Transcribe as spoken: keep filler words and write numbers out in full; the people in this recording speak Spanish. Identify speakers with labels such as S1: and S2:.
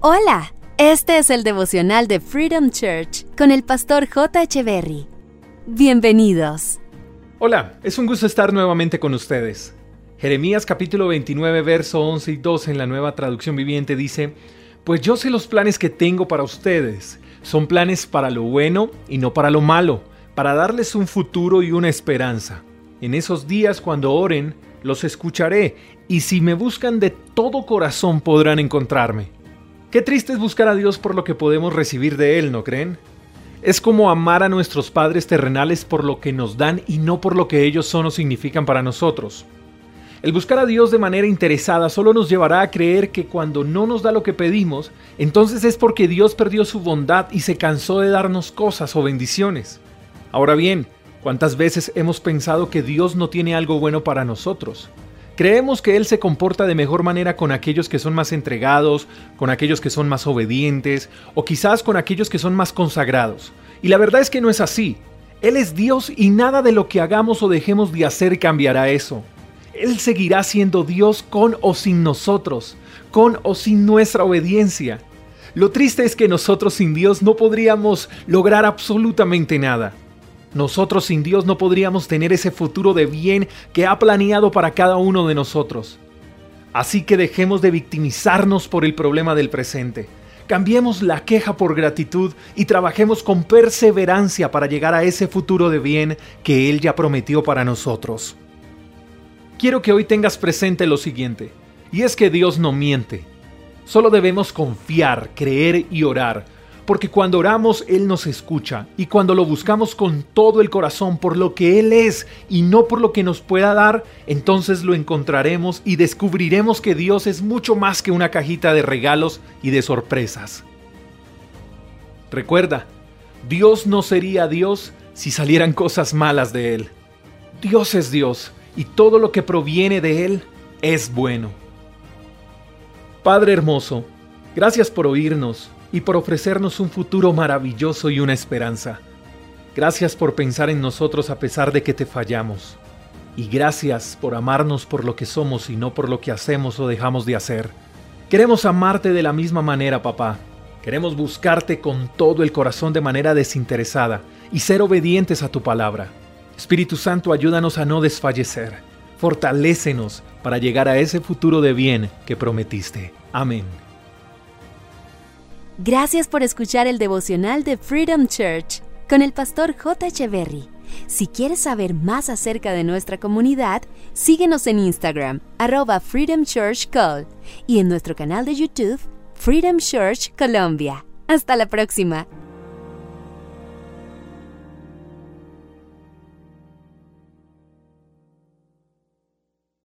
S1: Hola, este es el devocional de Freedom Church con el pastor J. Echeverry. Bienvenidos.
S2: Hola, es un gusto estar nuevamente con ustedes. Jeremías capítulo veintinueve, verso once y doce en la Nueva Traducción Viviente dice: Pues yo sé los planes que tengo para ustedes. Son planes para lo bueno y no para lo malo, para darles un futuro y una esperanza. En esos días cuando oren, los escucharé, y si me buscan de todo corazón podrán encontrarme. Qué triste es buscar a Dios por lo que podemos recibir de Él, ¿no creen? Es como amar a nuestros padres terrenales por lo que nos dan y no por lo que ellos son o significan para nosotros. El buscar a Dios de manera interesada solo nos llevará a creer que cuando no nos da lo que pedimos, entonces es porque Dios perdió su bondad y se cansó de darnos cosas o bendiciones. Ahora bien, ¿cuántas veces hemos pensado que Dios no tiene algo bueno para nosotros? Creemos que Él se comporta de mejor manera con aquellos que son más entregados, con aquellos que son más obedientes, o quizás con aquellos que son más consagrados. Y la verdad es que no es así. Él es Dios y nada de lo que hagamos o dejemos de hacer cambiará eso. Él seguirá siendo Dios con o sin nosotros, con o sin nuestra obediencia. Lo triste es que nosotros sin Dios no podríamos lograr absolutamente nada. Nosotros sin Dios no podríamos tener ese futuro de bien que ha planeado para cada uno de nosotros. Así que dejemos de victimizarnos por el problema del presente. Cambiemos la queja por gratitud y trabajemos con perseverancia para llegar a ese futuro de bien que Él ya prometió para nosotros. Quiero que hoy tengas presente lo siguiente, y es que Dios no miente. Solo debemos confiar, creer y orar. Porque cuando oramos, Él nos escucha, y cuando lo buscamos con todo el corazón por lo que Él es y no por lo que nos pueda dar, entonces lo encontraremos y descubriremos que Dios es mucho más que una cajita de regalos y de sorpresas. Recuerda, Dios no sería Dios si salieran cosas malas de Él. Dios es Dios, y todo lo que proviene de Él es bueno. Padre hermoso, gracias por oírnos y por ofrecernos un futuro maravilloso y una esperanza. Gracias por pensar en nosotros a pesar de que te fallamos. Y gracias por amarnos por lo que somos y no por lo que hacemos o dejamos de hacer. Queremos amarte de la misma manera, papá. Queremos buscarte con todo el corazón de manera desinteresada y ser obedientes a tu palabra. Espíritu Santo, ayúdanos a no desfallecer. Fortalécenos para llegar a ese futuro de bien que prometiste. Amén.
S1: Gracias por escuchar el devocional de Freedom Church con el pastor J. Echeverry. Si quieres saber más acerca de nuestra comunidad, síguenos en Instagram, arroba Freedom Church Call, y en nuestro canal de YouTube, Freedom Church Colombia. Hasta la próxima.